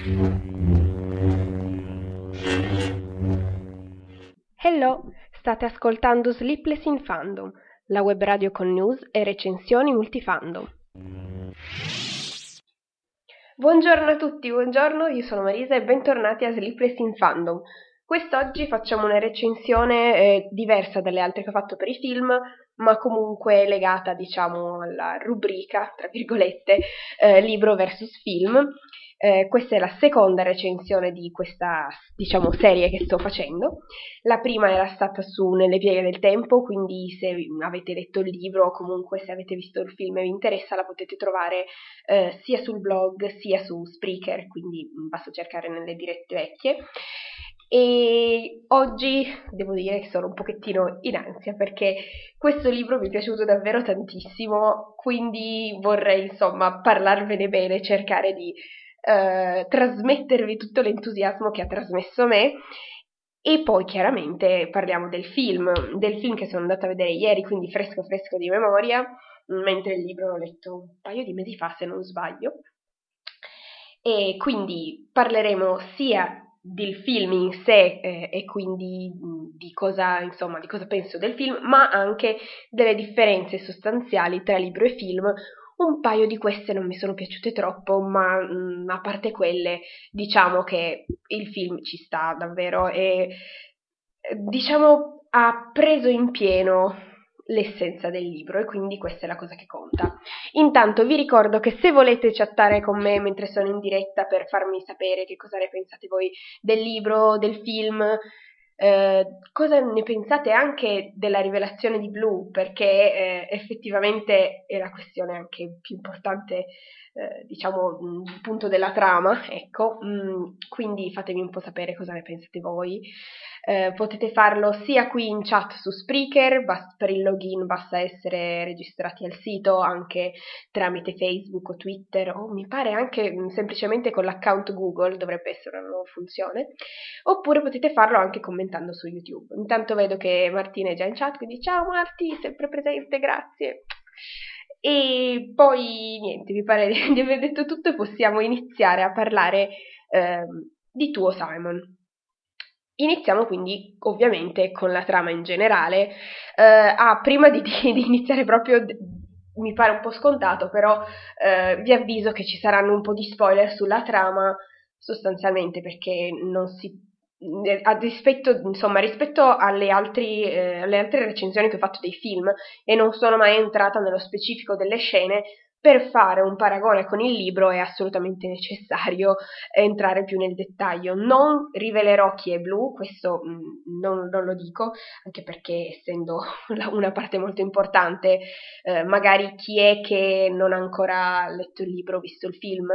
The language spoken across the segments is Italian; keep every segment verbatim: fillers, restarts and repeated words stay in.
Hello, state ascoltando Sleepless in Fandom, la web radio con news e recensioni multifandom. Buongiorno a tutti, buongiorno, io sono Marisa e bentornati a Sleepless in Fandom. Quest'oggi facciamo una recensione eh, diversa dalle altre che ho fatto per i film, ma comunque legata, diciamo, alla rubrica, tra virgolette, eh, libro versus film. Eh, questa è la seconda recensione di questa, diciamo, serie che sto facendo. La prima era stata su Nelle pieghe del tempo, quindi se avete letto il libro o comunque se avete visto il film e vi interessa la potete trovare eh, sia sul blog sia su Spreaker, quindi basta cercare nelle dirette vecchie. E oggi devo dire che sono un pochettino in ansia perché questo libro mi è piaciuto davvero tantissimo, quindi vorrei insomma parlarvene bene, cercare di eh, trasmettervi tutto l'entusiasmo che ha trasmesso me. E poi chiaramente parliamo del film, del film che sono andata a vedere ieri, quindi fresco fresco di memoria, mentre il libro l'ho letto un paio di mesi fa se non sbaglio. E quindi parleremo sia del film in sé eh, e quindi di cosa, insomma, di cosa penso del film, ma anche delle differenze sostanziali tra libro e film. Un paio di queste non mi sono piaciute troppo, ma mh, a parte quelle, diciamo che il film ci sta davvero e diciamo ha preso in pieno l'essenza del libro e quindi questa è la cosa che conta. Intanto vi ricordo che se volete chattare con me mentre sono in diretta per farmi sapere che cosa ne pensate voi del libro, del film, eh, cosa ne pensate anche della rivelazione di Blue, perché eh, effettivamente è la questione anche più importante, eh, diciamo, il punto della trama, ecco, mm, quindi fatemi un po' sapere cosa ne pensate voi. Eh, potete farlo sia qui in chat su Spreaker, bast- per il login basta essere registrati al sito anche tramite Facebook o Twitter o mi pare anche mh, semplicemente con l'account Google, dovrebbe essere una nuova funzione, oppure potete farlo anche commentando su YouTube. Intanto vedo che Martina è già in chat, quindi ciao Marti, sempre presente, grazie. E poi niente, mi pare di aver detto tutto e possiamo iniziare a parlare ehm, di Tuo Simon. Iniziamo quindi ovviamente con la trama in generale. Eh, ah, prima di, di, di iniziare proprio, mi pare un po' scontato, però eh, vi avviso che ci saranno un po' di spoiler sulla trama, sostanzialmente perché non si a rispetto, insomma, rispetto alle, altri, eh, alle altre recensioni che ho fatto dei film e non sono mai entrata nello specifico delle scene, per fare un paragone con il libro è assolutamente necessario entrare più nel dettaglio. Non rivelerò chi è Blue, questo mh, non, non lo dico, anche perché essendo una parte molto importante, eh, magari chi è che non ha ancora letto il libro, visto il film,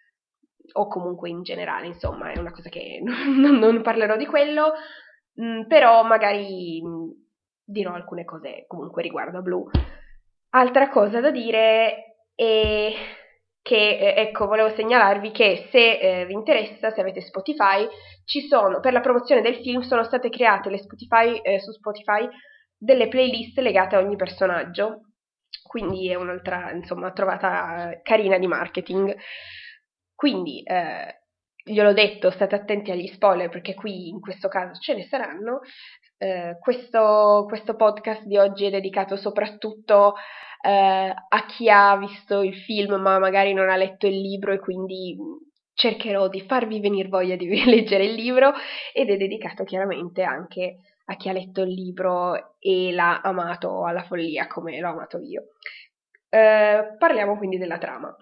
o comunque in generale, insomma, è una cosa che non, non parlerò di quello, mh, però magari mh, dirò alcune cose comunque riguardo a Blue. Altra cosa da dire è che, eh, ecco, volevo segnalarvi che se eh, vi interessa, se avete Spotify, ci sono, per la promozione del film, sono state create le Spotify, eh, su Spotify delle playlist legate a ogni personaggio, quindi è un'altra, insomma, trovata carina di marketing. Quindi, eh, gliel'ho detto, state attenti agli spoiler perché qui in questo caso ce ne saranno. Eh, questo, questo podcast di oggi è dedicato soprattutto eh, a chi ha visto il film ma magari non ha letto il libro e quindi cercherò di farvi venire voglia di leggere il libro ed è dedicato chiaramente anche a chi ha letto il libro e l'ha amato alla follia come l'ho amato io. Eh, parliamo quindi della trama.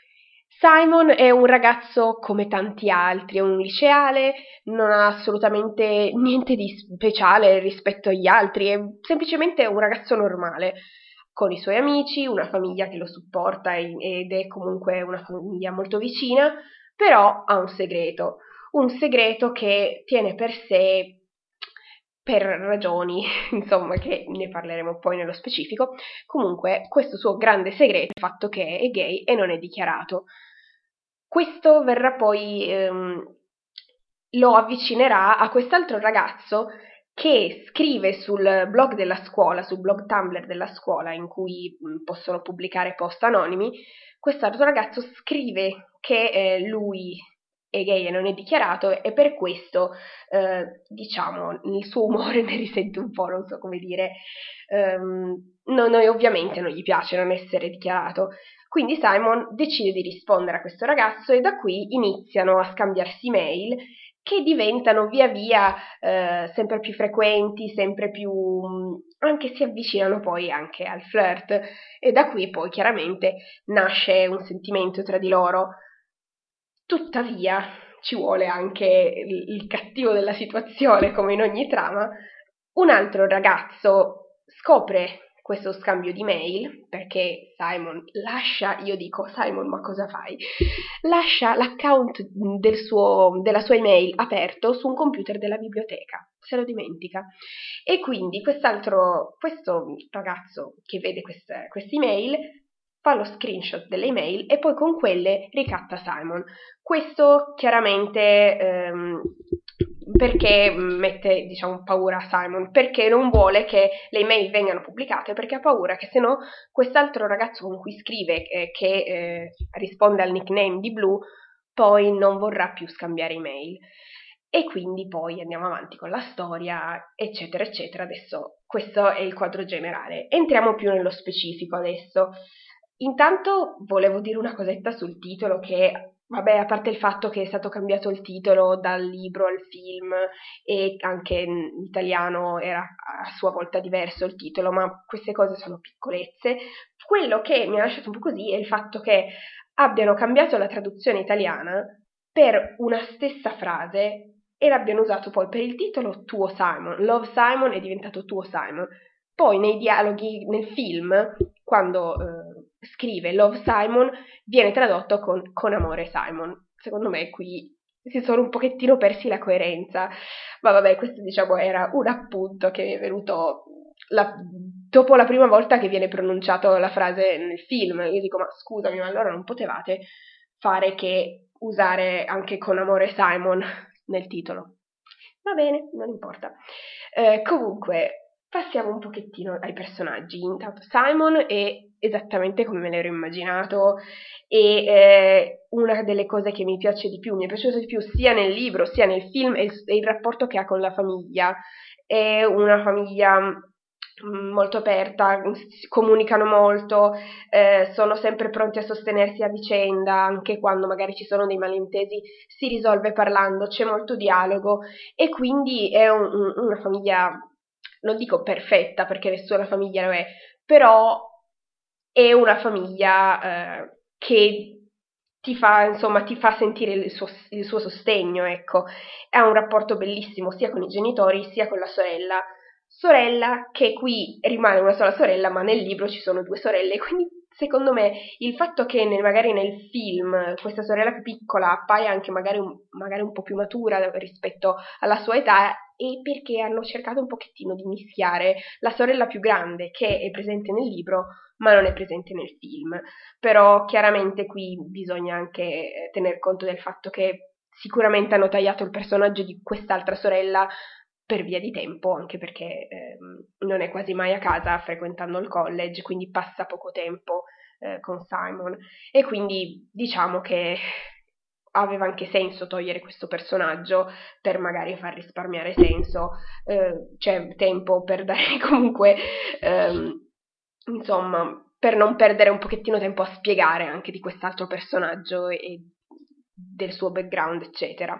Simon è un ragazzo come tanti altri, è un liceale, non ha assolutamente niente di speciale rispetto agli altri, è semplicemente un ragazzo normale, con i suoi amici, una famiglia che lo supporta ed è comunque una famiglia molto vicina, però ha un segreto, un segreto che tiene per sé per ragioni, insomma, che ne parleremo poi nello specifico. Comunque, questo suo grande segreto è il fatto che è gay e non è dichiarato. Questo verrà poi, ehm, lo avvicinerà a quest'altro ragazzo che scrive sul blog della scuola, sul blog Tumblr della scuola in cui mh, possono pubblicare post anonimi. Quest'altro ragazzo scrive che eh, lui è gay e non è dichiarato, e per questo, eh, diciamo, il suo umore ne risente un po', non so come dire. Um, no, noi ovviamente non gli piace non essere dichiarato. Quindi Simon decide di rispondere a questo ragazzo e da qui iniziano a scambiarsi mail che diventano via via eh, sempre più frequenti, sempre più anche si avvicinano poi anche al flirt, e da qui poi chiaramente nasce un sentimento tra di loro. Tuttavia ci vuole anche il, il cattivo della situazione, come in ogni trama. Un altro ragazzo scopre questo scambio di mail, perché Simon lascia, io dico Simon ma cosa fai? Lascia l'account del suo, della sua email aperto su un computer della biblioteca, se lo dimentica. E quindi quest'altro, questo ragazzo che vede queste, queste email fa lo screenshot delle email e poi con quelle ricatta Simon. Questo chiaramente ehm, perché mette, diciamo, paura a Simon, perché non vuole che le email vengano pubblicate, perché ha paura che se no quest'altro ragazzo con cui scrive, eh, che eh, risponde al nickname di Blue, poi non vorrà più scambiare email. E quindi poi andiamo avanti con la storia, eccetera, eccetera. Adesso questo è il quadro generale. Entriamo più nello specifico adesso. Intanto volevo dire una cosetta sul titolo che, vabbè, a parte il fatto che è stato cambiato il titolo dal libro al film e anche in italiano era a sua volta diverso il titolo, ma queste cose sono piccolezze. Quello che mi ha lasciato un po' così è il fatto che abbiano cambiato la traduzione italiana per una stessa frase e l'abbiano usato poi per il titolo Tuo Simon. Love Simon è diventato Tuo Simon. Poi nei dialoghi, nel film, quando eh, scrive Love Simon, viene tradotto con Con amore Simon. Secondo me qui si sono un pochettino persi la coerenza, ma vabbè, questo diciamo era un appunto che mi è venuto la, dopo la prima volta che viene pronunciato la frase nel film. Io dico, ma scusami, ma allora non potevate fare che usare anche Con amore Simon nel titolo. Va bene, non importa. Eh, comunque, passiamo un pochettino ai personaggi. Intanto Simon è esattamente come me l'ero immaginato e eh, una delle cose che mi piace di più, mi è piaciuto di più sia nel libro sia nel film è il, è il rapporto che ha con la famiglia. È una famiglia molto aperta, comunicano molto, eh, sono sempre pronti a sostenersi a vicenda, anche quando magari ci sono dei malintesi si risolve parlando, c'è molto dialogo e quindi è un, un, una famiglia, non dico perfetta perché nessuna famiglia lo è, però è una famiglia eh, che ti fa, insomma, ti fa sentire il suo, il suo sostegno, ecco. Ha un rapporto bellissimo sia con i genitori sia con la sorella. Sorella che qui rimane una sola sorella, ma nel libro ci sono due sorelle, quindi secondo me il fatto che nel, magari nel film questa sorella più piccola appaia anche magari un, magari un po' più matura rispetto alla sua età è perché hanno cercato un pochettino di mischiare la sorella più grande che è presente nel libro ma non è presente nel film. Però chiaramente qui bisogna anche tener conto del fatto che sicuramente hanno tagliato il personaggio di quest'altra sorella per via di tempo, anche perché ehm, non è quasi mai a casa frequentando il college, quindi passa poco tempo eh, con Simon e quindi diciamo che aveva anche senso togliere questo personaggio per magari far risparmiare senso, eh, cioè tempo per dare comunque ehm, insomma per non perdere un pochettino tempo a spiegare anche di quest'altro personaggio e del suo background eccetera.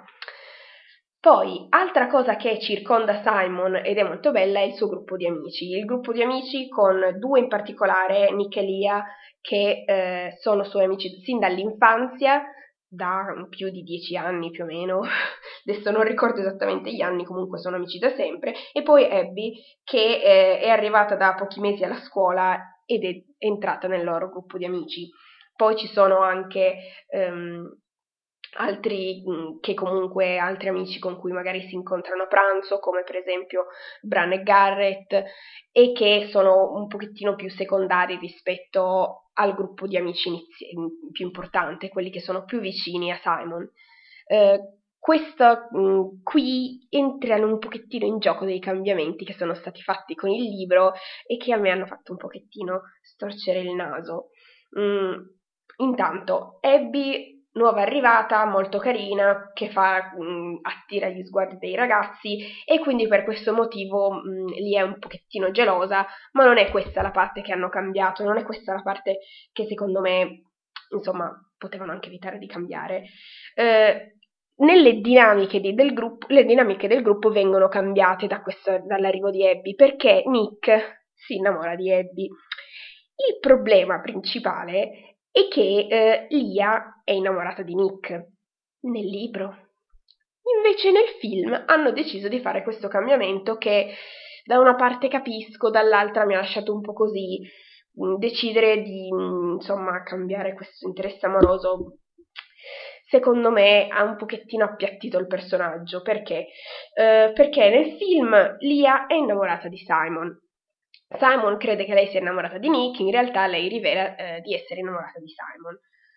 Poi, altra cosa che circonda Simon ed è molto bella è il suo gruppo di amici. Il gruppo di amici con due in particolare, Nick e Lia, che eh, sono suoi amici sin dall'infanzia, da più di dieci anni più o meno, adesso non ricordo esattamente gli anni, comunque sono amici da sempre, e poi Abby, che eh, è arrivata da pochi mesi alla scuola ed è entrata nel loro gruppo di amici. Poi ci sono anche um, altri mh, che comunque altri amici con cui magari si incontrano a pranzo, come per esempio Bran e Garrett, e che sono un pochettino più secondari rispetto al gruppo di amici inizi- più importante, quelli che sono più vicini a Simon. Eh, questo, mh, qui entrano un pochettino in gioco dei cambiamenti che sono stati fatti con il libro e che a me hanno fatto un pochettino storcere il naso. Mm, intanto, Abby nuova arrivata, molto carina, che fa mh, attira gli sguardi dei ragazzi e quindi per questo motivo mh, lì è un pochettino gelosa, ma non è questa la parte che hanno cambiato, non è questa la parte che secondo me, insomma, potevano anche evitare di cambiare. Eh, nelle dinamiche di, del gruppo, le dinamiche del gruppo vengono cambiate da questo, dall'arrivo di Abby, perché Nick si innamora di Abby. Il problema principale è che eh, Lia è innamorata di Nick nel libro. Invece nel film hanno deciso di fare questo cambiamento che da una parte capisco, dall'altra mi ha lasciato un po' così. Decidere di insomma cambiare questo interesse amoroso secondo me ha un pochettino appiattito il personaggio. Perché? Eh, perché nel film Lia è innamorata di Simon. Simon crede che lei sia innamorata di Nick, in realtà lei rivela eh, di essere innamorata di Simon.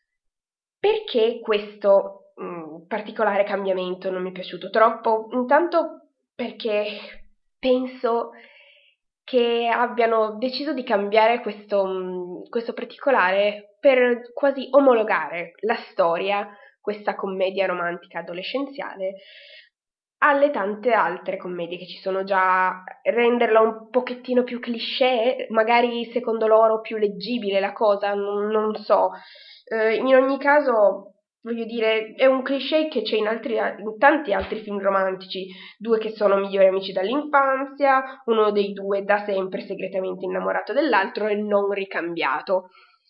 Perché questo mh, particolare cambiamento non mi è piaciuto troppo? Intanto perché penso che abbiano deciso di cambiare questo, mh, questo particolare per quasi omologare la storia, questa commedia romantica adolescenziale, alle tante altre commedie che ci sono già, renderla un pochettino più cliché, magari secondo loro più leggibile la cosa, non, non so. Eh, in ogni caso, voglio dire, è un cliché che c'è in, altri, in tanti altri film romantici, due che sono migliori amici dall'infanzia, uno dei due da sempre segretamente innamorato dell'altro e non ricambiato.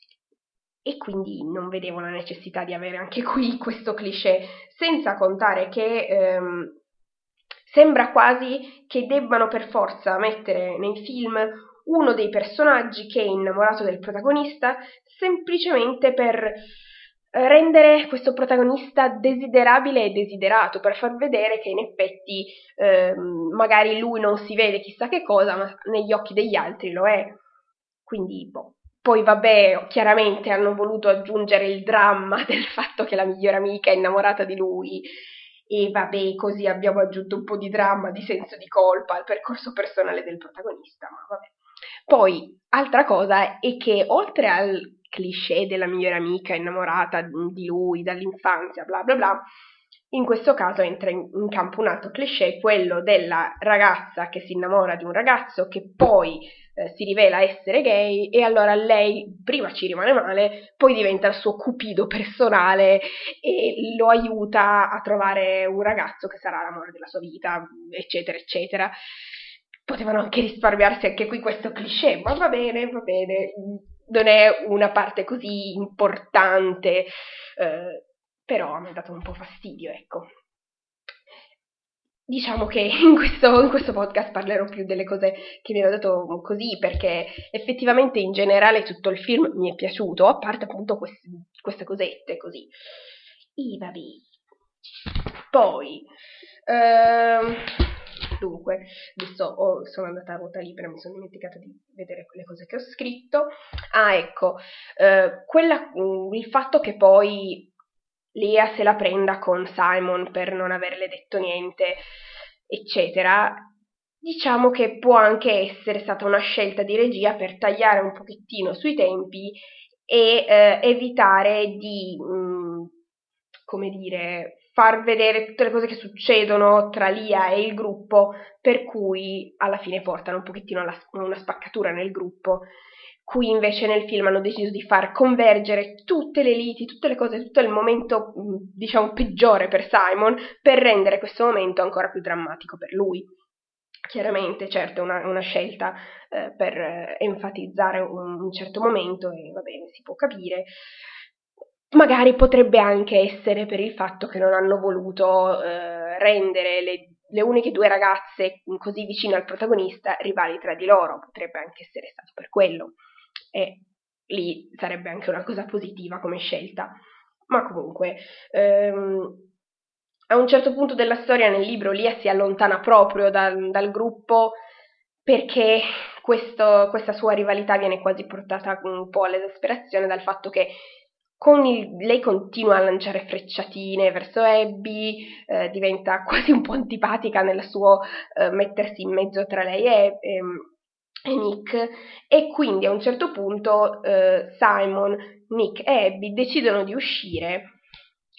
E quindi non vedevo la necessità di avere anche qui questo cliché, senza contare che ehm, sembra quasi che debbano per forza mettere nei film uno dei personaggi che è innamorato del protagonista semplicemente per rendere questo protagonista desiderabile e desiderato, per far vedere che in effetti ehm, magari lui non si vede chissà che cosa, ma negli occhi degli altri lo è. Quindi, boh. Poi vabbè, chiaramente hanno voluto aggiungere il dramma del fatto che la migliore amica è innamorata di lui e vabbè, così abbiamo aggiunto un po' di dramma, di senso di colpa al percorso personale del protagonista, ma vabbè. Poi, altra cosa è che oltre al cliché della migliore amica innamorata di lui dall'infanzia, bla bla bla, in questo caso entra in, in campo un altro cliché, quello della ragazza che si innamora di un ragazzo che poi eh, si rivela essere gay e allora lei prima ci rimane male, poi diventa il suo cupido personale e lo aiuta a trovare un ragazzo che sarà l'amore della sua vita, eccetera, eccetera. Potevano anche risparmiarsi anche qui questo cliché, ma va bene, va bene, non è una parte così importante, eh, però mi ha dato un po' fastidio, ecco. Diciamo che in questo, in questo podcast parlerò più delle cose che mi hanno dato così, perché effettivamente in generale tutto il film mi è piaciuto, a parte appunto queste, queste cosette così. I vabbè. Poi, ehm, dunque, adesso oh, sono andata a ruota libera, mi sono dimenticata di vedere quelle cose che ho scritto. Ah, ecco, eh, quella, il fatto che poi Lia se la prenda con Simon per non averle detto niente, eccetera, diciamo che può anche essere stata una scelta di regia per tagliare un pochettino sui tempi e eh, evitare di, mh, come dire, far vedere tutte le cose che succedono tra Lia e il gruppo, per cui alla fine portano un pochettino alla, una spaccatura nel gruppo. Qui invece nel film hanno deciso di far convergere tutte le liti, tutte le cose, tutto il momento, diciamo, peggiore per Simon, per rendere questo momento ancora più drammatico per lui. Chiaramente, certo, è una, una scelta eh, per eh, enfatizzare un, un certo momento e va bene, si può capire. Magari potrebbe anche essere per il fatto che non hanno voluto eh, rendere le, le uniche due ragazze così vicine al protagonista rivali tra di loro, potrebbe anche essere stato per quello. E lì sarebbe anche una cosa positiva come scelta. Ma comunque, ehm, a un certo punto della storia nel libro Lia si allontana proprio dal, dal gruppo perché questo, questa sua rivalità viene quasi portata un po' all'esasperazione dal fatto che con il, lei continua a lanciare frecciatine verso Abby, eh, diventa quasi un po' antipatica nel suo eh, mettersi in mezzo tra lei e, e, e Nick, e quindi a un certo punto eh, Simon, Nick e Abby decidono di uscire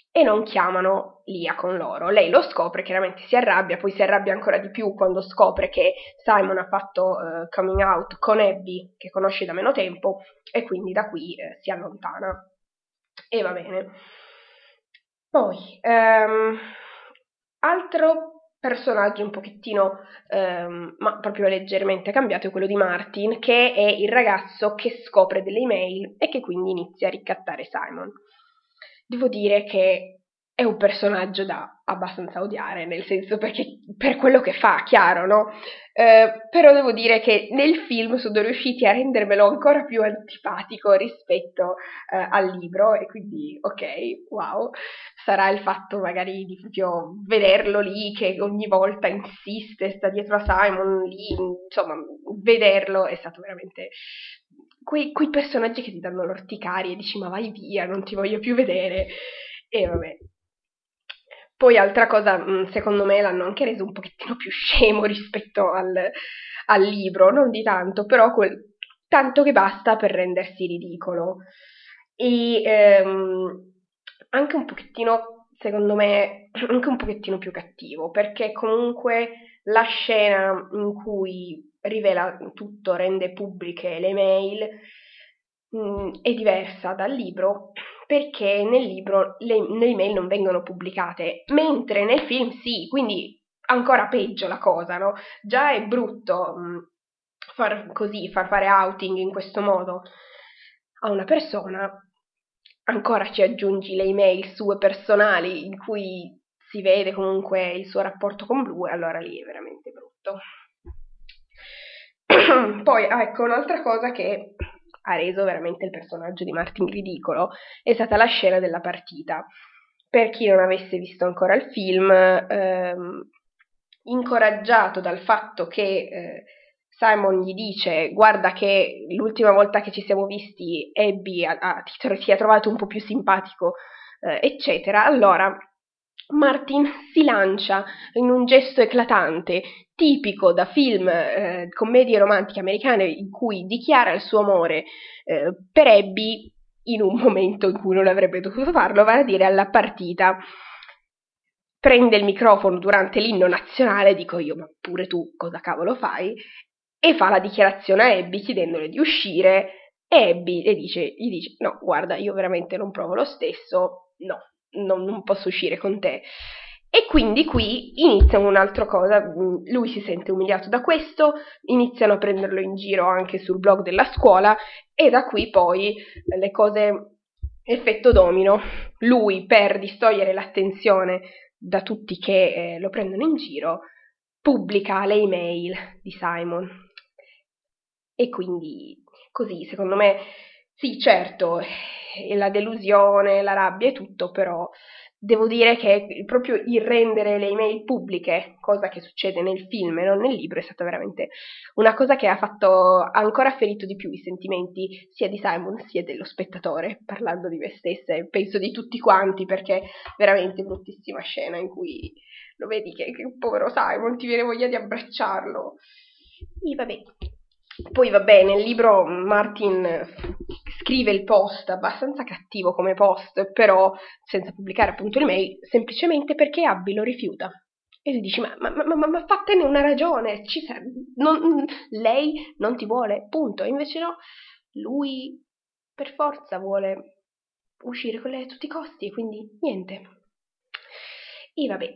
e non chiamano Lia con loro. Lei lo scopre, chiaramente si arrabbia, poi si arrabbia ancora di più quando scopre che Simon ha fatto uh, coming out con Abby, che conosce da meno tempo, e quindi da qui uh, si allontana. E va bene. Poi, um, altro personaggio un pochettino, um, ma proprio leggermente cambiato, è quello di Martin, che è il ragazzo che scopre delle email e che quindi inizia a ricattare Simon. Devo dire che è un personaggio da abbastanza odiare, nel senso perché per quello che fa, chiaro, no? Eh, però devo dire che nel film sono riusciti a rendermelo ancora più antipatico rispetto eh, al libro, e quindi ok, wow, sarà il fatto magari di proprio vederlo lì che ogni volta insiste, sta dietro a Simon lì, insomma, vederlo è stato veramente quei, quei personaggi che ti danno l'orticaria e dici ma vai via, non ti voglio più vedere. E vabbè. Poi altra cosa, secondo me l'hanno anche reso un pochettino più scemo rispetto al, al libro, non di tanto, però quel, tanto che basta per rendersi ridicolo. E ehm, anche un pochettino, secondo me, anche un pochettino più cattivo, perché comunque la scena in cui rivela tutto, rende pubbliche le mail, mh, è diversa dal libro, perché nel libro le, le email non vengono pubblicate, mentre nel film sì, quindi ancora peggio la cosa, no? Già è brutto mh, far così, far fare outing in questo modo a una persona, ancora ci aggiungi le email sue personali in cui si vede comunque il suo rapporto con Blue, e allora lì è veramente brutto. Poi, ah, ecco, un'altra cosa che ha reso veramente il personaggio di Martin ridicolo è stata la scena della partita. Per chi non avesse visto ancora il film, ehm, incoraggiato dal fatto che eh, Simon gli dice guarda che l'ultima volta che ci siamo visti Abby ha, ha, ti, ti ha trovato un po' più simpatico, eh, eccetera, allora Martin si lancia in un gesto eclatante, tipico da film, eh, commedie romantiche americane, in cui dichiara il suo amore eh, per Abby in un momento in cui non avrebbe dovuto farlo, vale a dire alla partita. Prende il microfono durante l'inno nazionale, dico io, ma pure tu cosa cavolo fai? E fa la dichiarazione a Abby chiedendole di uscire, e Abby le dice, gli dice no, guarda, io veramente non provo lo stesso, no, non, non posso uscire con te. E quindi qui inizia un'altra cosa, lui si sente umiliato da questo, iniziano a prenderlo in giro anche sul blog della scuola, e da qui poi le cose, effetto domino, lui per distogliere l'attenzione da tutti che eh, lo prendono in giro, pubblica le email di Simon. E quindi così, secondo me, sì, certo, la delusione, la rabbia e tutto, però devo dire che proprio il rendere le email pubbliche, cosa che succede nel film e non nel libro, è stata veramente una cosa che ha fatto ha ancora ferito di più i sentimenti sia di Simon sia dello spettatore, parlando di me stessa e penso di tutti quanti, perché veramente bruttissima scena in cui lo vedi che, che povero Simon, ti viene voglia di abbracciarlo. E vabbè. Poi vabbè, nel libro Martin scrive il post, abbastanza cattivo come post, però senza pubblicare appunto l'email, semplicemente perché Abby lo rifiuta. E tu dici, ma, ma, ma, ma, ma fatene una ragione, ci non, lei non ti vuole, punto. E invece no, lui per forza vuole uscire con lei a tutti i costi, e quindi niente. E vabbè.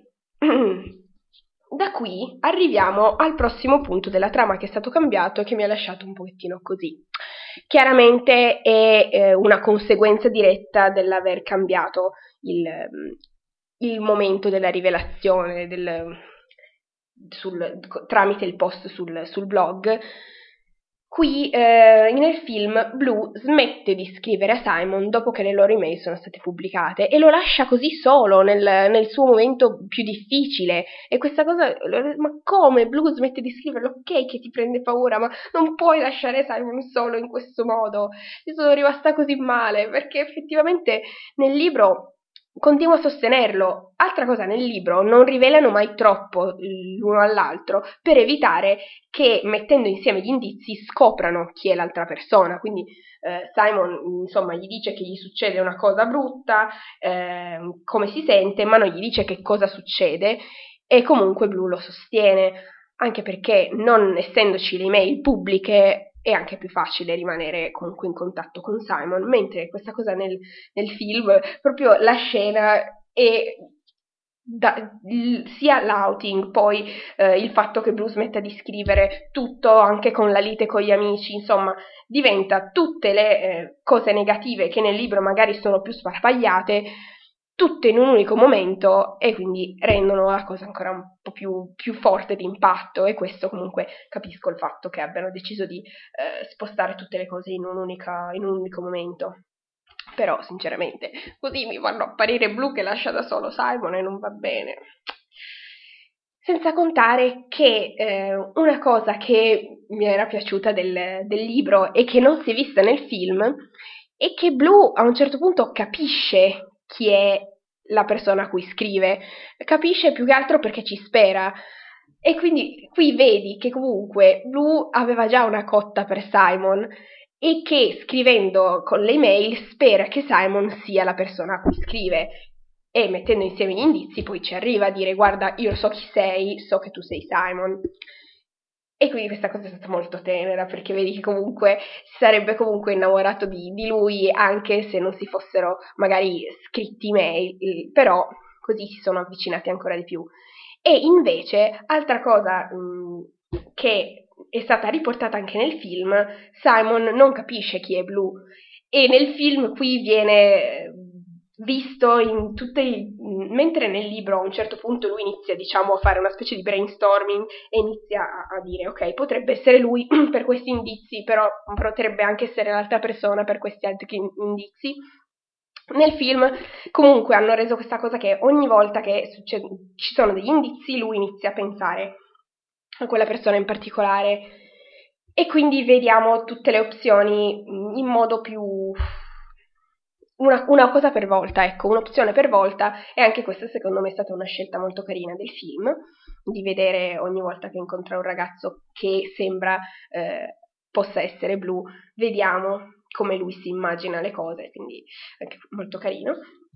Da qui arriviamo al prossimo punto della trama che è stato cambiato e che mi ha lasciato un pochettino così. Chiaramente è eh, una conseguenza diretta dell'aver cambiato il, il momento della rivelazione del, sul, tramite il post sul, sul blog. Qui eh, nel film Blue smette di scrivere a Simon dopo che le loro email sono state pubblicate e lo lascia così solo nel, nel suo momento più difficile, e questa cosa, ma come Blue smette di scriverlo? Ok che ti prende paura, ma non puoi lasciare Simon solo in questo modo. Io sono rimasta così male perché effettivamente nel libro continuo a sostenerlo. Altra cosa, nel libro non rivelano mai troppo l'uno all'altro per evitare che, mettendo insieme gli indizi, scoprano chi è l'altra persona. Quindi eh, Simon, insomma, gli dice che gli succede una cosa brutta, eh, come si sente, ma non gli dice che cosa succede, e comunque Blue lo sostiene, anche perché, non essendoci le email pubbliche, è anche più facile rimanere comunque in contatto con Simon, mentre questa cosa nel, nel film, proprio la scena è da, il, sia l'outing, poi eh, il fatto che Blue smetta di scrivere tutto, anche con la lite con gli amici, insomma, diventa tutte le eh, cose negative che nel libro magari sono più sparpagliate, tutte in un unico momento, e quindi rendono la cosa ancora un po' più, più forte d'impatto. E questo, comunque, capisco il fatto che abbiano deciso di eh, spostare tutte le cose in, un'unica, in un unico momento. Però, sinceramente, così mi fanno apparire Blue che lascia da solo Simon e non va bene. Senza contare che eh, una cosa che mi era piaciuta del, del libro e che non si è vista nel film è che Blue a un certo punto capisce chi è la persona a cui scrive, capisce più che altro perché ci spera. E quindi qui vedi che comunque Blue aveva già una cotta per Simon e che, scrivendo con le email, spera che Simon sia la persona a cui scrive, e mettendo insieme gli indizi poi ci arriva a dire: guarda, io so chi sei, so che tu sei Simon. E quindi questa cosa è stata molto tenera, perché vedi che comunque si sarebbe comunque innamorato di, di lui, anche se non si fossero magari scritti email, però così si sono avvicinati ancora di più. E invece, altra cosa mh, che è stata riportata anche nel film, Simon non capisce chi è Blue, e nel film qui viene visto in tutte i... mentre nel libro a un certo punto lui inizia, diciamo, a fare una specie di brainstorming e inizia a, a dire: ok, potrebbe essere lui per questi indizi, però potrebbe anche essere l'altra persona per questi altri indizi. Nel film comunque hanno reso questa cosa che ogni volta che succede, ci sono degli indizi, lui inizia a pensare a quella persona in particolare, e quindi vediamo tutte le opzioni in modo più... Una, una cosa per volta, ecco, un'opzione per volta. E anche questa secondo me è stata una scelta molto carina del film, di vedere ogni volta che incontra un ragazzo che sembra eh, possa essere Blue, vediamo come lui si immagina le cose, quindi anche molto carino.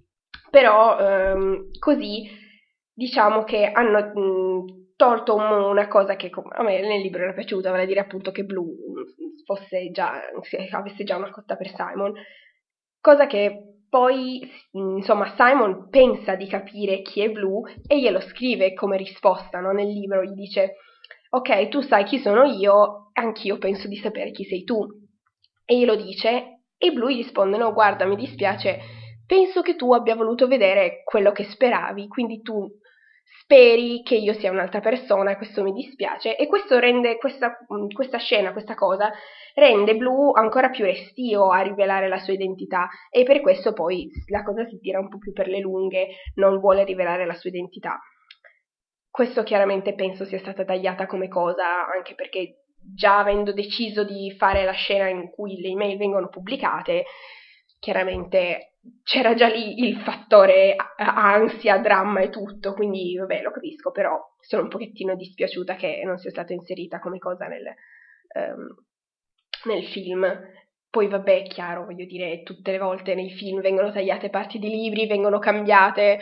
Però ehm, così diciamo che hanno mh, tolto un, una cosa che a me nel libro era piaciuta, vale a dire appunto che Blue fosse già, avesse già una cotta per Simon, cosa che poi, insomma, Simon pensa di capire chi è Blue e glielo scrive come risposta, no? Nel libro gli dice: ok, tu sai chi sono io, anch'io penso di sapere chi sei tu. E glielo dice, e Blue gli risponde: no, guarda, mi dispiace, penso che tu abbia voluto vedere quello che speravi, quindi tu speri che io sia un'altra persona, e questo mi dispiace. E questo rende questa, questa scena, questa cosa, rende Blue ancora più restio a rivelare la sua identità, e per questo poi la cosa si tira un po' più per le lunghe, non vuole rivelare la sua identità. Questo chiaramente penso sia stata tagliata come cosa, anche perché già avendo deciso di fare la scena in cui le email vengono pubblicate, chiaramente c'era già lì il fattore ansia, dramma e tutto, quindi vabbè, lo capisco, però sono un pochettino dispiaciuta che non sia stata inserita come cosa nel, um, nel film. Poi vabbè, è chiaro, voglio dire, tutte le volte nei film vengono tagliate parti di libri, vengono cambiate,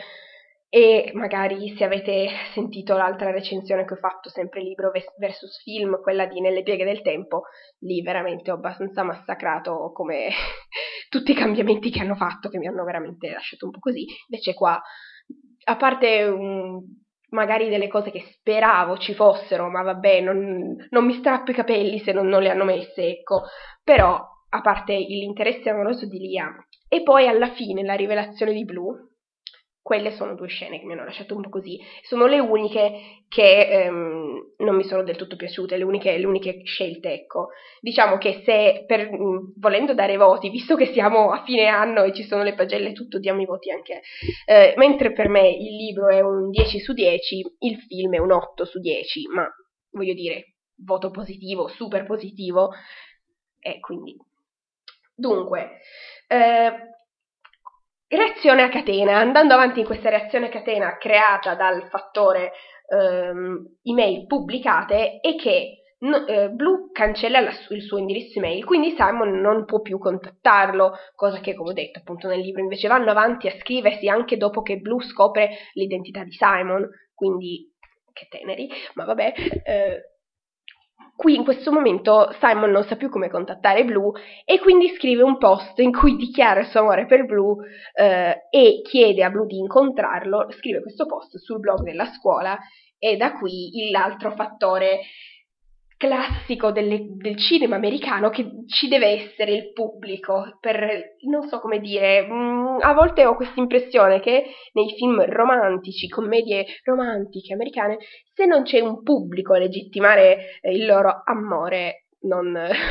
e magari se avete sentito l'altra recensione che ho fatto, sempre libro versus film, quella di Nelle pieghe del tempo, lì veramente ho abbastanza massacrato come tutti i cambiamenti che hanno fatto, che mi hanno veramente lasciato un po' così. Invece qua, a parte um, magari delle cose che speravo ci fossero, ma vabbè, non, non mi strappo i capelli se non, non le hanno messe, ecco, però a parte l'interesse amoroso di Lia e poi alla fine la rivelazione di Blue, quelle sono due scene che mi hanno lasciato un po' così, sono le uniche che ehm, non mi sono del tutto piaciute, le uniche, le uniche scelte, ecco. Diciamo che se, per, mh, volendo dare voti, visto che siamo a fine anno e ci sono le pagelle e tutto, diamo i voti anche, eh, mentre per me il libro è un dieci su dieci, il film è un otto su dieci, ma voglio dire, voto positivo, super positivo, e quindi... Dunque, eh, reazione a catena, andando avanti in questa reazione a catena creata dal fattore ehm, email pubblicate, e che no, eh, Blue cancella la, il suo indirizzo email, quindi Simon non può più contattarlo, cosa che, come ho detto appunto nel libro, invece vanno avanti a scriversi anche dopo che Blue scopre l'identità di Simon, quindi che teneri, ma vabbè. Eh, Qui in questo momento Simon non sa più come contattare Blue e quindi scrive un post in cui dichiara il suo amore per Blue eh, e chiede a Blue di incontrarlo. Scrive questo post sul blog della scuola, e da qui l'altro fattore classico delle, del cinema americano, che ci deve essere il pubblico per, non so come dire, mh, a volte ho questa impressione che nei film romantici, commedie romantiche americane, se non c'è un pubblico a legittimare eh, il loro amore, non,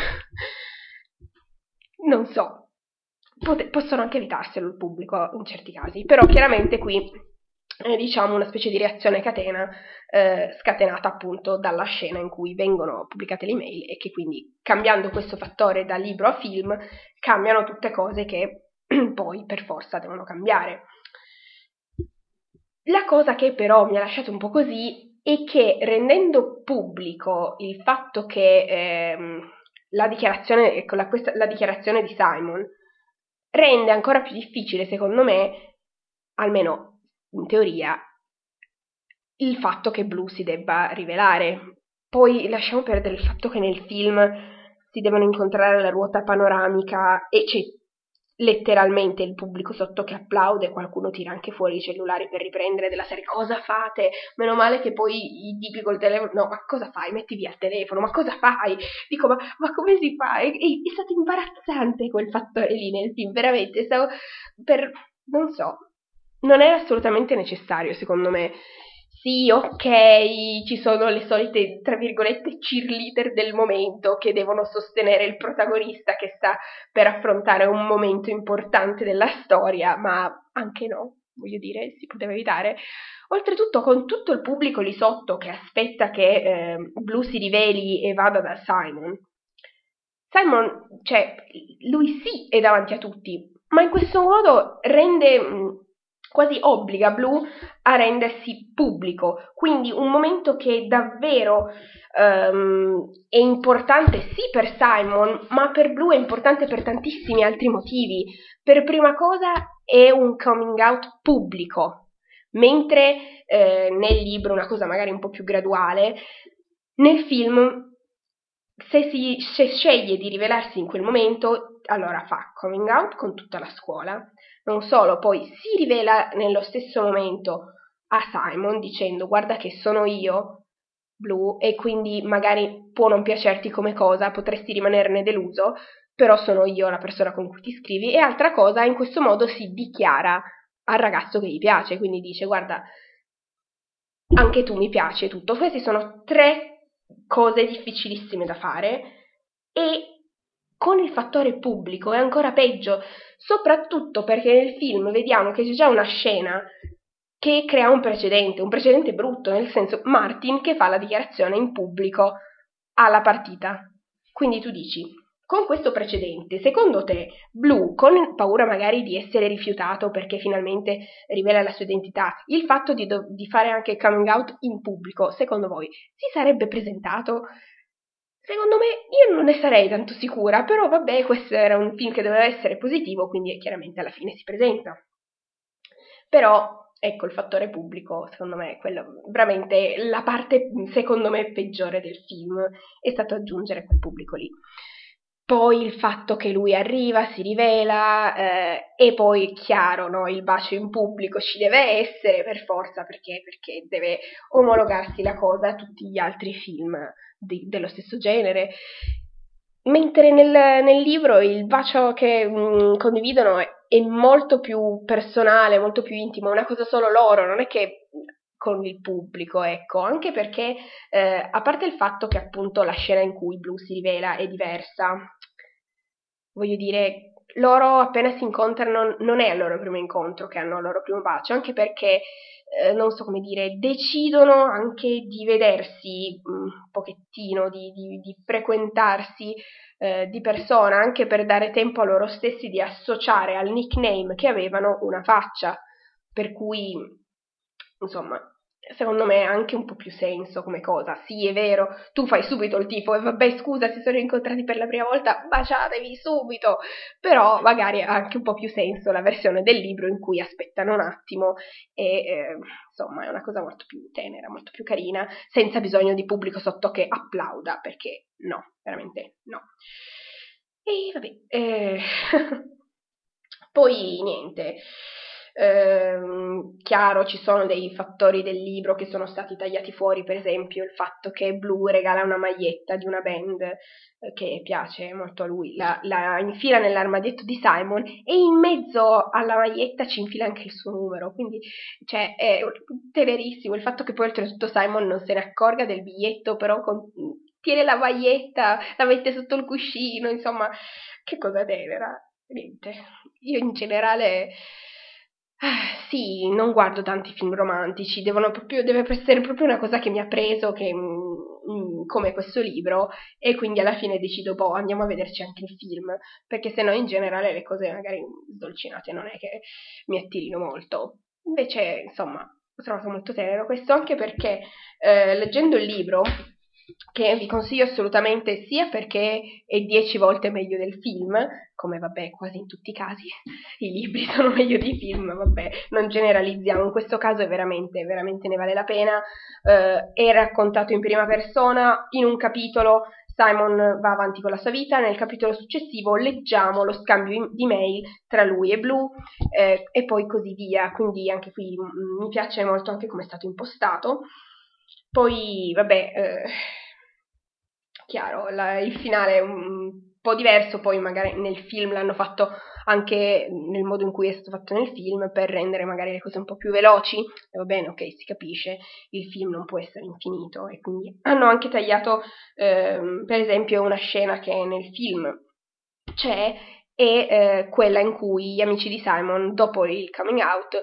non so, pot- possono anche evitarselo il pubblico in certi casi, però chiaramente qui è, diciamo, una specie di reazione a catena eh, scatenata appunto dalla scena in cui vengono pubblicate le email, e che quindi, cambiando questo fattore da libro a film, cambiano tutte cose che poi per forza devono cambiare. La cosa che però mi ha lasciato un po' così è che, rendendo pubblico il fatto che ehm, la dichiarazione, ecco, la, questa, la dichiarazione di Simon rende ancora più difficile, secondo me, almeno in teoria, il fatto che Blue si debba rivelare. Poi lasciamo perdere il fatto che nel film si devono incontrare alla ruota panoramica e c'è letteralmente il pubblico sotto che applaude, qualcuno tira anche fuori i cellulari per riprendere, della serie cosa fate? Meno male che poi i tipi col telefono, no, ma cosa fai? Metti via il telefono, ma cosa fai? Dico, ma, ma come si fa? È, è, è stato imbarazzante quel fattore lì nel film, veramente, stavo per, non so, non era assolutamente necessario, secondo me. Sì, ok, ci sono le solite, tra virgolette, cheerleader del momento che devono sostenere il protagonista che sta per affrontare un momento importante della storia, ma anche no, voglio dire, si poteva evitare. Oltretutto, con tutto il pubblico lì sotto che aspetta che eh, Blue si riveli e vada da Simon. Simon, cioè, lui sì è davanti a tutti, ma in questo modo rende, mh, quasi obbliga Blue a rendersi pubblico, quindi un momento che davvero um, è importante sì per Simon, ma per Blue è importante per tantissimi altri motivi. Per prima cosa è un coming out pubblico, mentre eh, nel libro una cosa magari un po' più graduale, nel film se, si, se sceglie di rivelarsi in quel momento, allora fa coming out con tutta la scuola. Non solo, poi si rivela nello stesso momento a Simon dicendo guarda che sono io, Blue, e quindi magari può non piacerti come cosa, potresti rimanerne deluso, però sono io la persona con cui ti scrivi. E altra cosa, in questo modo si dichiara al ragazzo che gli piace, quindi dice guarda, anche tu mi piaci e tutto. Queste sono tre cose difficilissime da fare, e con il fattore pubblico è ancora peggio, soprattutto perché nel film vediamo che c'è già una scena che crea un precedente, un precedente brutto, nel senso Martin che fa la dichiarazione in pubblico alla partita. Quindi tu dici, con questo precedente, secondo te Blue, con paura magari di essere rifiutato perché finalmente rivela la sua identità, il fatto di, do- di fare anche coming out in pubblico, secondo voi si sarebbe presentato? Secondo me io non ne sarei tanto sicura, però vabbè, questo era un film che doveva essere positivo, quindi chiaramente alla fine si presenta. Però ecco, il fattore pubblico, secondo me, è quello veramente la parte, secondo me, peggiore del film, è stato aggiungere quel pubblico lì. Poi il fatto che lui arriva, si rivela, eh, e poi chiaro, no, il bacio in pubblico ci deve essere per forza, perché, perché deve omologarsi la cosa a tutti gli altri film di, dello stesso genere. Mentre nel, nel libro il bacio che mh, condividono è, è molto più personale, molto più intimo, è una cosa solo loro, non è che con il pubblico, ecco, anche perché eh, a parte il fatto che appunto la scena in cui Blue si rivela è diversa, voglio dire, loro appena si incontrano non è il loro primo incontro che hanno il loro primo bacio, anche perché eh, non so come dire, decidono anche di vedersi un pochettino, di, di, di frequentarsi eh, di persona, anche per dare tempo a loro stessi di associare al nickname che avevano una faccia, per cui insomma secondo me ha anche un po' più senso come cosa. Sì, è vero, tu fai subito il tifo e vabbè, scusa, si sono incontrati per la prima volta, baciatevi subito, però magari ha anche un po' più senso la versione del libro in cui aspettano un attimo e eh, insomma è una cosa molto più tenera, molto più carina, senza bisogno di pubblico sotto che applauda, perché no, veramente no. E vabbè, eh... poi niente. Ehm, chiaro, ci sono dei fattori del libro che sono stati tagliati fuori, per esempio il fatto che Blue regala una maglietta di una band eh, che piace molto a lui, la, la infila nell'armadietto di Simon e in mezzo alla maglietta ci infila anche il suo numero, quindi cioè, è tenerissimo il fatto che poi oltretutto Simon non se ne accorga del biglietto, però con, tiene la maglietta, la mette sotto il cuscino, insomma, che cosa tenera. Niente, io in generale ah, sì, non guardo tanti film romantici, devono proprio, deve essere proprio una cosa che mi ha preso, che, mm, come questo libro, e quindi alla fine decido, boh, andiamo a vederci anche il film, perché se no in generale le cose magari sdolcinate non è che mi attirino molto. Invece, insomma, ho trovato molto tenero questo, anche perché eh, leggendo il libro, che vi consiglio assolutamente sia perché è dieci volte meglio del film, come vabbè quasi in tutti i casi i libri sono meglio dei film, vabbè non generalizziamo, in questo caso è veramente, veramente ne vale la pena, eh, è raccontato in prima persona, in un capitolo Simon va avanti con la sua vita, nel capitolo successivo leggiamo lo scambio di mail tra lui e Blue eh, e poi così via, quindi anche qui m- mi piace molto anche come è stato impostato. Poi, vabbè, eh, chiaro, la, il finale è un po' diverso, poi magari nel film l'hanno fatto anche nel modo in cui è stato fatto nel film per rendere magari le cose un po' più veloci, e va bene, ok, si capisce, il film non può essere infinito e quindi hanno anche tagliato ehm, per esempio una scena che nel film c'è e eh, quella in cui gli amici di Simon dopo il coming out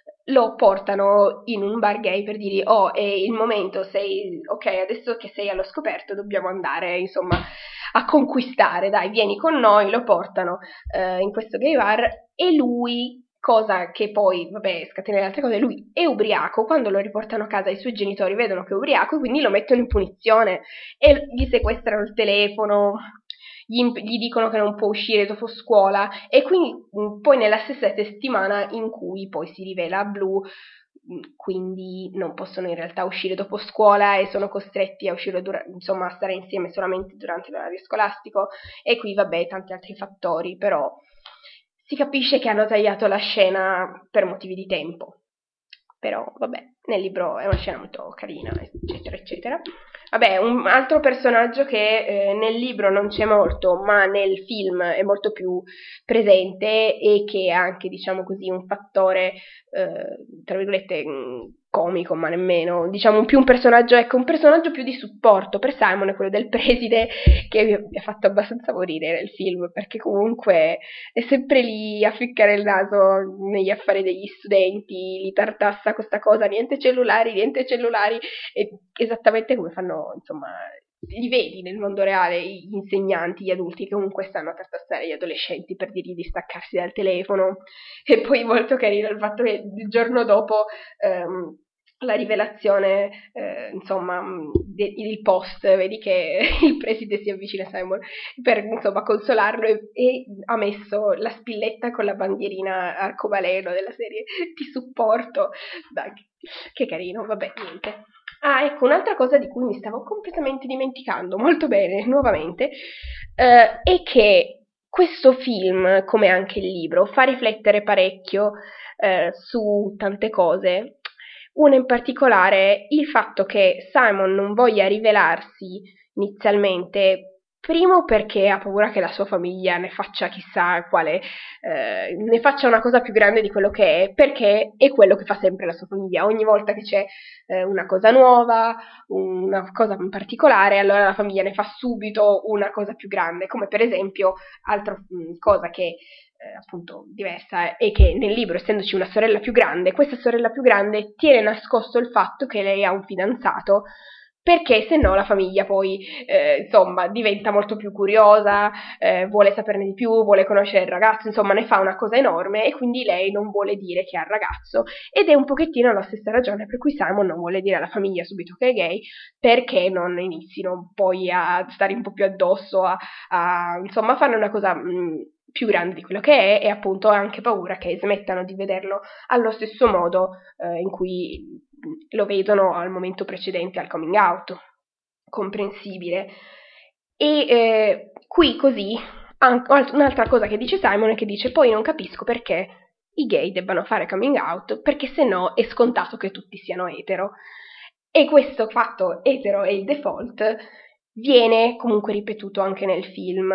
lo portano in un bar gay per dirgli oh è il momento, sei ok, adesso che sei allo scoperto dobbiamo andare insomma a conquistare, dai vieni con noi, lo portano eh, in questo gay bar e lui, cosa che poi vabbè scatena le altre cose, lui è ubriaco, quando lo riportano a casa i suoi genitori vedono che è ubriaco e quindi lo mettono in punizione e gli sequestrano il telefono, gli, imp- gli dicono che non può uscire dopo scuola e quindi mh, poi nella stessa settimana in cui poi si rivela a Blue, mh, quindi non possono in realtà uscire dopo scuola e sono costretti a uscire dura- insomma a stare insieme solamente durante l'orario scolastico e qui vabbè tanti altri fattori, però si capisce che hanno tagliato la scena per motivi di tempo, però vabbè nel libro è una scena molto carina eccetera eccetera. Vabbè, un altro personaggio che eh, nel libro non c'è molto, ma nel film è molto più presente e che ha anche, diciamo così, un fattore, eh, tra virgolette, mh, comico, ma nemmeno, diciamo, più un personaggio, ecco, un personaggio più di supporto per Simon è quello del preside, che mi ha fatto abbastanza morire nel film, perché comunque è sempre lì a ficcare il naso negli affari degli studenti, li tartassa questa cosa, niente cellulari, niente cellulari, e esattamente come fanno, insomma, li vedi nel mondo reale gli insegnanti, gli adulti che comunque stanno a tartassare gli adolescenti per dirgli di staccarsi dal telefono. E poi molto carino il fatto che il giorno dopo ehm, la rivelazione, eh, insomma, de- il post, vedi che il preside si avvicina a Simon per insomma consolarlo e, e ha messo la spilletta con la bandierina arcobaleno della serie ti supporto. Dai, che carino, vabbè, niente. Ah, ecco, un'altra cosa di cui mi stavo completamente dimenticando, molto bene, nuovamente, eh, è che questo film, come anche il libro, fa riflettere parecchio eh, su tante cose. Una in particolare, il fatto che Simon non voglia rivelarsi inizialmente, primo perché ha paura che la sua famiglia ne faccia chissà quale, eh, ne faccia una cosa più grande di quello che è, perché è quello che fa sempre la sua famiglia. Ogni volta che c'è eh, una cosa nuova, una cosa in particolare, allora la famiglia ne fa subito una cosa più grande, come per esempio, altra mh, cosa che eh, appunto diversa, e che nel libro, essendoci una sorella più grande, questa sorella più grande tiene nascosto il fatto che lei ha un fidanzato, perché se no la famiglia poi, eh, insomma, diventa molto più curiosa, eh, vuole saperne di più, vuole conoscere il ragazzo, insomma, ne fa una cosa enorme, e quindi lei non vuole dire che ha il ragazzo, ed è un pochettino la stessa ragione per cui Simon non vuole dire alla famiglia subito che è gay, perché non inizino poi a stare un po' più addosso, a, a insomma, a fare una cosa mh, più grande di quello che è, e appunto ha anche paura che smettano di vederlo allo stesso modo eh, in cui lo vedono al momento precedente al coming out, comprensibile. E eh, qui così, an- un'altra cosa che dice Simon è che dice: poi non capisco perché i gay debbano fare coming out, perché se no è scontato che tutti siano etero. E questo fatto etero è il default, viene comunque ripetuto anche nel film.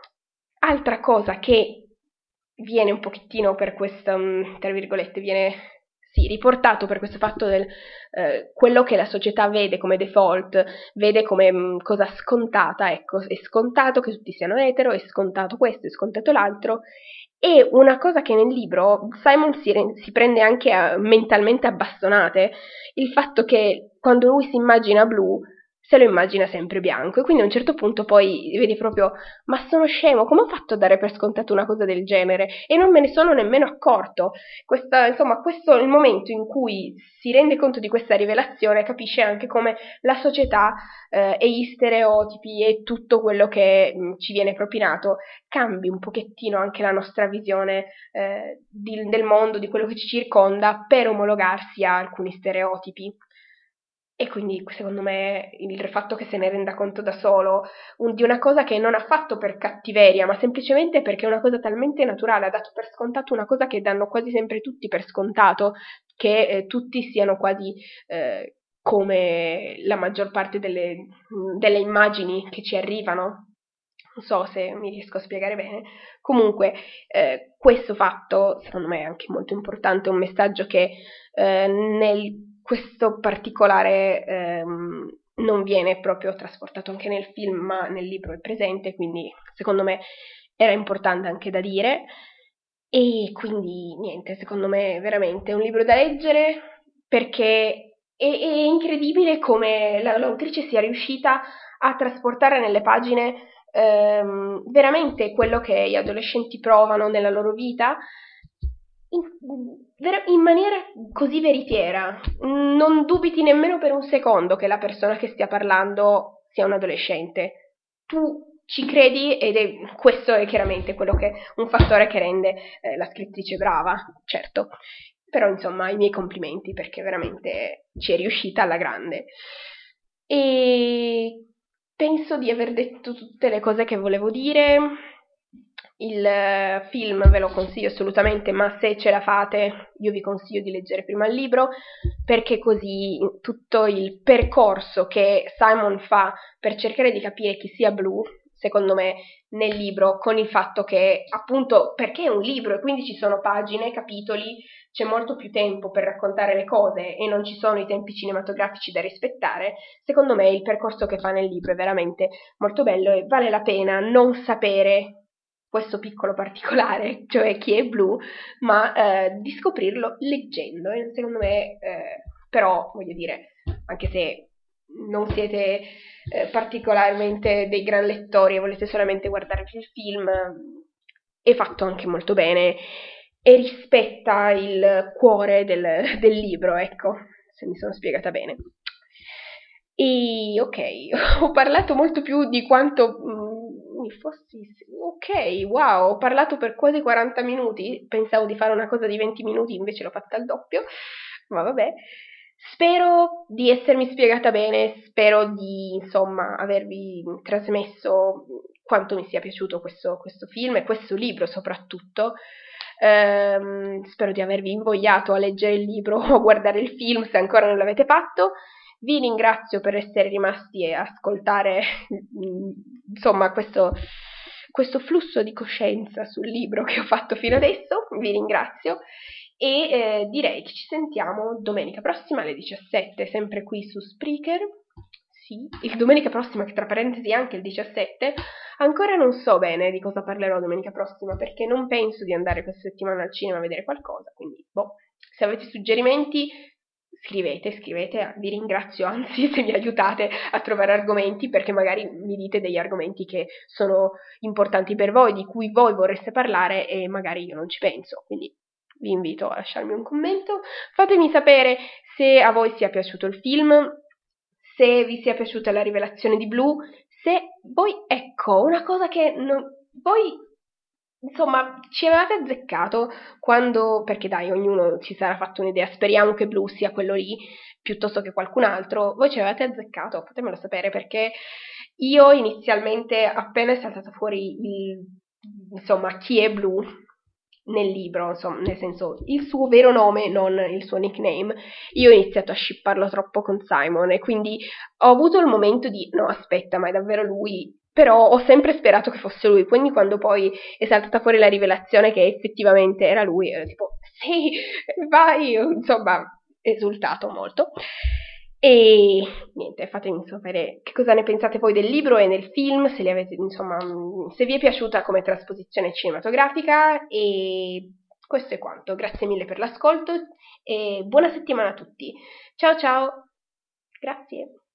Altra cosa che viene un pochettino per questo, tra virgolette, viene sì, riportato per questo fatto del eh, quello che la società vede come default, vede come mh, cosa scontata, ecco, è scontato che tutti siano etero, è scontato questo, è scontato l'altro, e una cosa che nel libro Simon si, re- si prende anche a, mentalmente a bastonate, il fatto che quando lui si immagina Blue se lo immagina sempre bianco, e quindi a un certo punto poi vedi proprio: ma sono scemo, come ho fatto a dare per scontato una cosa del genere? E non me ne sono nemmeno accorto. Questa, insomma, questo è il momento in cui si rende conto di questa rivelazione, capisce anche come la società eh, e gli stereotipi e tutto quello che mh, ci viene propinato cambi un pochettino anche la nostra visione eh, di, del mondo, di quello che ci circonda, per omologarsi a alcuni stereotipi. E quindi secondo me il fatto che se ne renda conto da solo un, di una cosa che non ha fatto per cattiveria, ma semplicemente perché è una cosa talmente naturale, ha dato per scontato una cosa che danno quasi sempre tutti per scontato, che eh, tutti siano quasi eh, come la maggior parte delle, delle immagini che ci arrivano. Non so se mi riesco a spiegare bene. Comunque, eh, questo fatto secondo me è anche molto importante, è un messaggio che eh, nel questo particolare ehm, non viene proprio trasportato anche nel film, ma nel libro è presente, quindi secondo me era importante anche da dire. E quindi niente, secondo me è veramente un libro da leggere, perché è, è incredibile come la, l'autrice sia riuscita a trasportare nelle pagine ehm, veramente quello che gli adolescenti provano nella loro vita in, in maniera così veritiera. Non dubiti nemmeno per un secondo che la persona che stia parlando sia un adolescente. Tu ci credi, ed è questo è chiaramente quello che un fattore che rende eh, la scrittrice brava, certo. Però insomma, i miei complimenti, perché veramente ci è riuscita alla grande. E penso di aver detto tutte le cose che volevo dire. Il film ve lo consiglio assolutamente, ma se ce la fate io vi consiglio di leggere prima il libro, perché così tutto il percorso che Simon fa per cercare di capire chi sia Blue, secondo me nel libro, con il fatto che appunto perché è un libro e quindi ci sono pagine, capitoli, c'è molto più tempo per raccontare le cose e non ci sono i tempi cinematografici da rispettare, secondo me il percorso che fa nel libro è veramente molto bello e vale la pena non sapere questo piccolo particolare, cioè chi è Blue, ma eh, di scoprirlo leggendo. E secondo me, eh, però, voglio dire, anche se non siete eh, particolarmente dei gran lettori e volete solamente guardare il film, è fatto anche molto bene e rispetta il cuore del, del libro, ecco, se mi sono spiegata bene. E ok, ho parlato molto più di quanto mh, mi fossi... Ok, wow, ho parlato per quasi quaranta minuti, pensavo di fare una cosa di venti minuti, invece l'ho fatta al doppio, ma vabbè. Spero di essermi spiegata bene, spero di, insomma, avervi trasmesso quanto mi sia piaciuto questo, questo film e questo libro soprattutto. Ehm, spero di avervi invogliato a leggere il libro o a guardare il film se ancora non l'avete fatto. Vi ringrazio per essere rimasti a ascoltare insomma questo, questo flusso di coscienza sul libro che ho fatto fino adesso, vi ringrazio e eh, direi che ci sentiamo domenica prossima alle diciassette, sempre qui su Spreaker. sì, il domenica prossima, che tra parentesi è anche il diciassette, ancora non so bene di cosa parlerò domenica prossima, perché non penso di andare questa settimana al cinema a vedere qualcosa, quindi, boh, se avete suggerimenti, scrivete, scrivete, vi ringrazio, anzi, se mi aiutate a trovare argomenti, perché magari mi dite degli argomenti che sono importanti per voi, di cui voi vorreste parlare e magari io non ci penso, quindi vi invito a lasciarmi un commento. Fatemi sapere se a voi sia piaciuto il film, se vi sia piaciuta la rivelazione di Blue, se voi, ecco, una cosa che non, voi, insomma, ci avevate azzeccato quando, perché dai, ognuno si sarà fatto un'idea, speriamo che Blue sia quello lì, piuttosto che qualcun altro, voi ci avevate azzeccato, fatemelo sapere, perché io inizialmente, appena è saltato fuori il, insomma, chi è Blue nel libro, insomma, nel senso, il suo vero nome, non il suo nickname, io ho iniziato a shipparlo troppo con Simon e quindi ho avuto il momento di no, aspetta, ma è davvero lui? Però ho sempre sperato che fosse lui, quindi quando poi è saltata fuori la rivelazione che effettivamente era lui, ero tipo, sì, vai, insomma, esultato molto. E niente, fatemi sapere che cosa ne pensate poi del libro e del film, se li avete, insomma, se vi è piaciuta come trasposizione cinematografica, e questo è quanto. Grazie mille per l'ascolto e buona settimana a tutti. Ciao ciao, grazie.